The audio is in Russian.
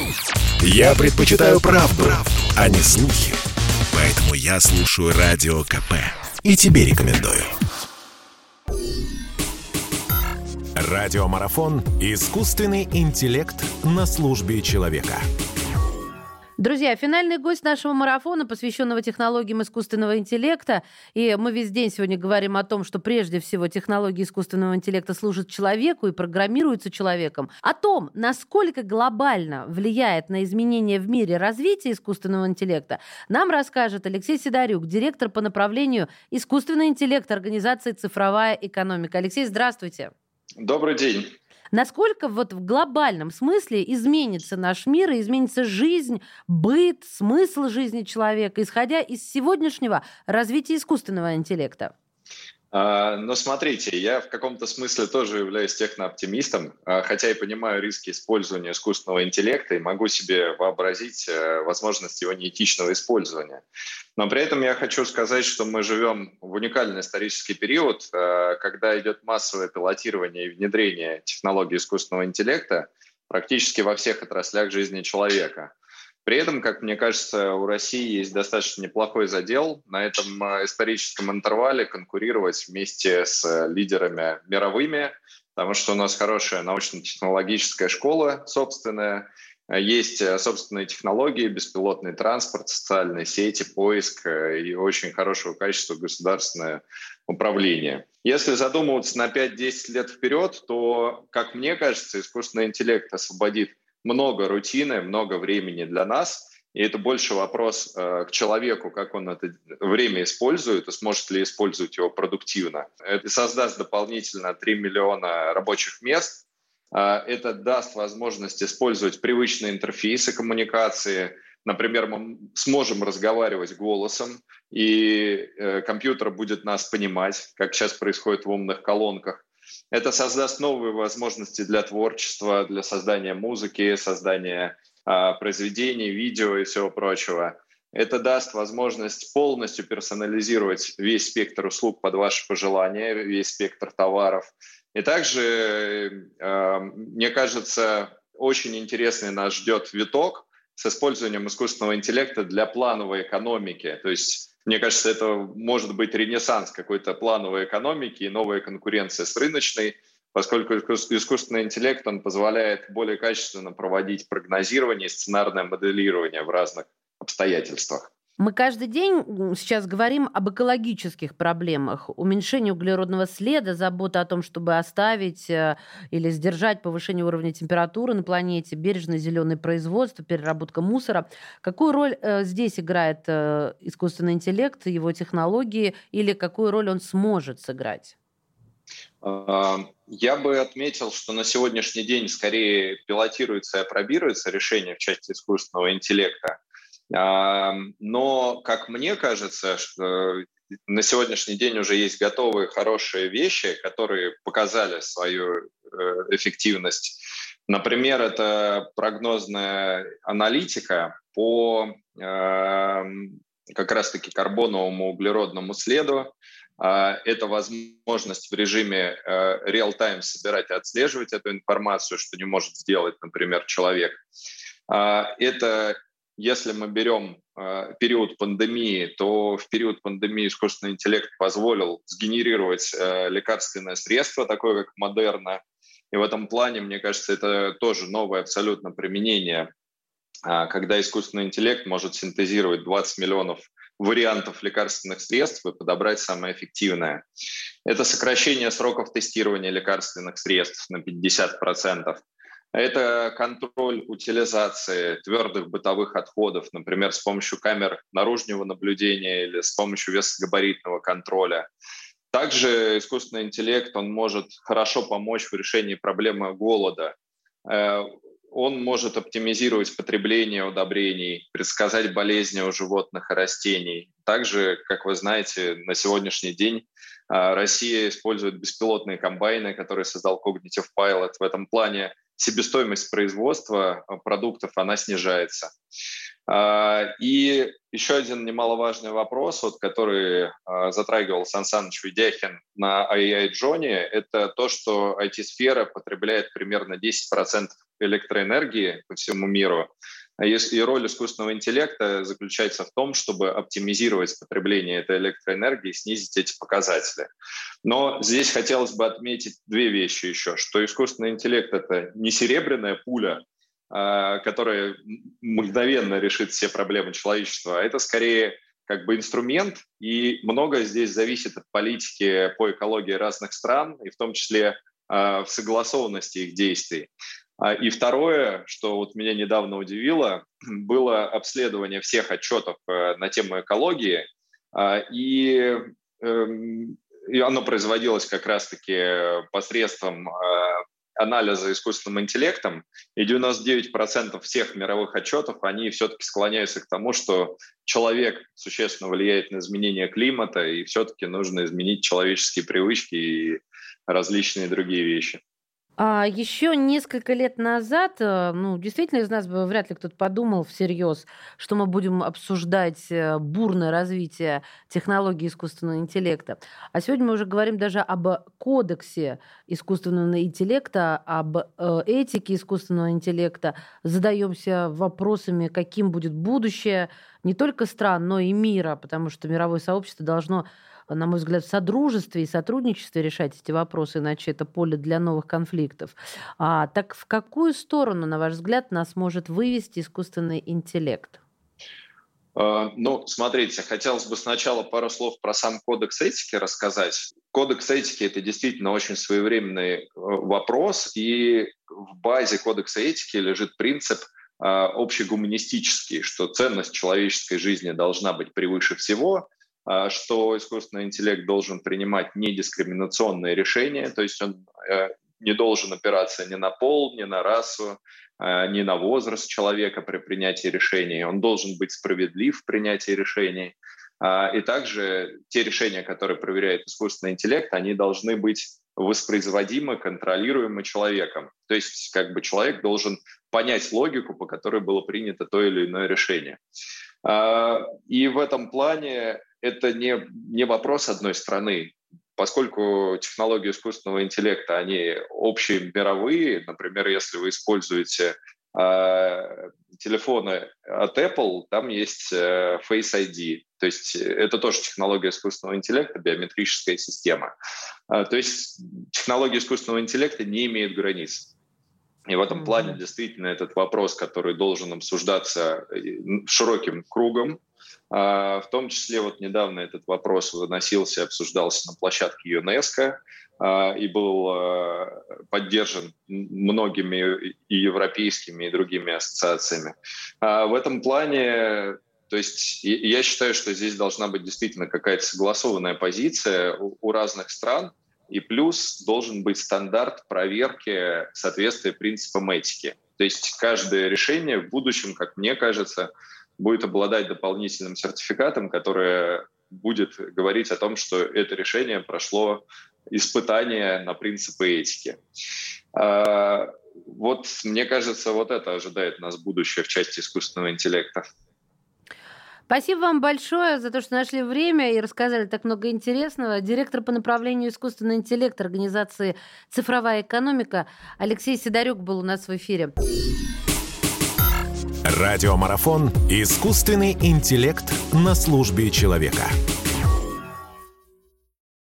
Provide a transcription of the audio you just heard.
Я предпочитаю правду, а не слухи. Поэтому я слушаю Радио КП. И тебе рекомендую. Радиомарафон «Искусственный интеллект на службе человека». Друзья, финальный гость нашего марафона, посвященного технологиям искусственного интеллекта. И мы весь день сегодня говорим о том, что прежде всего технологии искусственного интеллекта служат человеку и программируются человеком. О том, насколько глобально влияет на изменения в мире развитие искусственного интеллекта, нам расскажет Алексей Сидорюк, директор по направлению искусственный интеллект организации «Цифровая экономика». Алексей, здравствуйте. Добрый день. Насколько вот в глобальном смысле изменится наш мир, и изменится жизнь, быт, смысл жизни человека, исходя из сегодняшнего развития искусственного интеллекта? Но смотрите, я в каком-то смысле тоже являюсь технооптимистом, хотя и понимаю риски использования искусственного интеллекта и могу себе вообразить возможность его неэтичного использования. Но при этом я хочу сказать, что мы живем в уникальный исторический период, когда идет массовое пилотирование и внедрение технологий искусственного интеллекта практически во всех отраслях жизни человека. При этом, как мне кажется, у России есть достаточно неплохой задел на этом историческом интервале конкурировать вместе с лидерами мировыми, потому что у нас хорошая научно-технологическая школа собственная, есть собственные технологии, беспилотный транспорт, социальные сети, поиск и очень хорошего качества государственное управление. Если задумываться на 5-10 лет вперед, то, как мне кажется, искусственный интеллект освободит много рутины, много времени для нас, и это больше вопрос к человеку, как он это время использует и сможет ли использовать его продуктивно. Это создаст дополнительно 3 миллиона рабочих мест. Это даст возможность использовать привычные интерфейсы коммуникации. Например, мы сможем разговаривать голосом, и компьютер будет нас понимать, как сейчас происходит в умных колонках. Это создаст новые возможности для творчества, для создания музыки, создания произведений, видео и всего прочего. Это даст возможность полностью персонализировать весь спектр услуг под ваши пожелания, весь спектр товаров. И также, мне кажется, очень интересный нас ждет виток с использованием искусственного интеллекта для плановой экономики. То есть, мне кажется, это может быть ренессанс какой-то плановой экономики и новая конкуренция с рыночной, поскольку искусственный интеллект, он позволяет более качественно проводить прогнозирование и сценарное моделирование в разных обстоятельствах. Мы каждый день сейчас говорим об экологических проблемах. Уменьшение углеродного следа, забота о том, чтобы оставить или сдержать повышение уровня температуры на планете, бережное зеленое производство, переработка мусора. Какую роль здесь играет искусственный интеллект, его технологии, или какую роль он сможет сыграть? Я бы отметил, что на сегодняшний день скорее пилотируется и апробируется решение в части искусственного интеллекта. Но, как мне кажется, что на сегодняшний день уже есть готовые хорошие вещи, которые показали свою эффективность. Например, это прогнозная аналитика по как раз-таки карбоновому углеродному следу. Это возможность в режиме real-time собирать и отслеживать эту информацию, что не может сделать, например, человек. Это если мы берем период пандемии, то в период пандемии искусственный интеллект позволил сгенерировать лекарственное средство, такое как Модерна. И в этом плане, мне кажется, это тоже новое абсолютно применение, когда искусственный интеллект может синтезировать 20 миллионов вариантов лекарственных средств и подобрать самое эффективное. Это сокращение сроков тестирования лекарственных средств на 50%. Это контроль утилизации твердых бытовых отходов, например, с помощью камер наружного наблюдения или с помощью весогабаритного контроля. Также искусственный интеллект, он может хорошо помочь в решении проблемы голода. Он может оптимизировать потребление удобрений, предсказать болезни у животных и растений. Также, как вы знаете, на сегодняшний день Россия использует беспилотные комбайны, которые создал Cognitive Pilot. В этом плане себестоимость производства продуктов, она снижается. И еще один немаловажный вопрос, который затрагивал Сан Саныч Ведяхин на AI Journey, это то, что IT-сфера потребляет примерно 10% электроэнергии по всему миру. И роль искусственного интеллекта заключается в том, чтобы оптимизировать потребление этой электроэнергии и снизить эти показатели. Но здесь хотелось бы отметить две вещи еще, что искусственный интеллект — это не серебряная пуля, которая мгновенно решит все проблемы человечества, а это скорее инструмент, и многое здесь зависит от политики по экологии разных стран, и в том числе в согласованности их действий. И второе, что меня недавно удивило, было обследование всех отчетов на тему экологии, и оно производилось как раз-таки посредством анализа искусственным интеллектом, и 99% всех мировых отчетов, они все-таки склоняются к тому, что человек существенно влияет на изменение климата, и все-таки нужно изменить человеческие привычки и различные другие вещи. Еще несколько лет назад, действительно, из нас бы вряд ли кто-то подумал всерьез, что мы будем обсуждать бурное развитие технологий искусственного интеллекта. А сегодня мы уже говорим даже об кодексе искусственного интеллекта, об этике искусственного интеллекта. Задаемся вопросами, каким будет будущее не только стран, но и мира, потому что мировое сообщество должно, на мой взгляд, в содружестве и сотрудничестве решать эти вопросы, иначе это поле для новых конфликтов. Так в какую сторону, на ваш взгляд, нас может вывести искусственный интеллект? Смотрите, хотелось бы сначала пару слов про сам кодекс этики рассказать. Кодекс этики — это действительно очень своевременный вопрос, и в базе кодекса этики лежит принцип общегуманистический, что ценность человеческой жизни должна быть превыше всего, что искусственный интеллект должен принимать недискриминационные решения, то есть он не должен опираться ни на пол, ни на расу, ни на возраст человека при принятии решений. Он должен быть справедлив в принятии решений. И также те решения, которые проверяет искусственный интеллект, они должны быть воспроизводимы, контролируемы человеком. То есть человек должен понять логику, по которой было принято то или иное решение. И в этом плане это не вопрос одной страны, поскольку технологии искусственного интеллекта, они общие мировые. Например, если вы используете телефоны от Apple, там есть Face ID. То есть это тоже технология искусственного интеллекта, биометрическая система. То есть технология искусственного интеллекта не имеет границ. И в этом плане действительно этот вопрос, который должен обсуждаться широким кругом, в том числе недавно этот вопрос выносился и обсуждался на площадке ЮНЕСКО и был поддержан многими и европейскими, и другими ассоциациями. В этом плане, то есть я считаю, что здесь должна быть действительно какая-то согласованная позиция у разных стран, и плюс должен быть стандарт проверки соответствия принципам этики. То есть каждое решение в будущем, как мне кажется, будет обладать дополнительным сертификатом, которое будет говорить о том, что это решение прошло испытание на принципы этики. Мне кажется, это ожидает нас будущее в части искусственного интеллекта. Спасибо вам большое за то, что нашли время и рассказали так много интересного. Директор по направлению искусственного интеллекта организации «Цифровая экономика» Алексей Сидорюк был у нас в эфире. Радиомарафон «Искусственный интеллект на службе человека».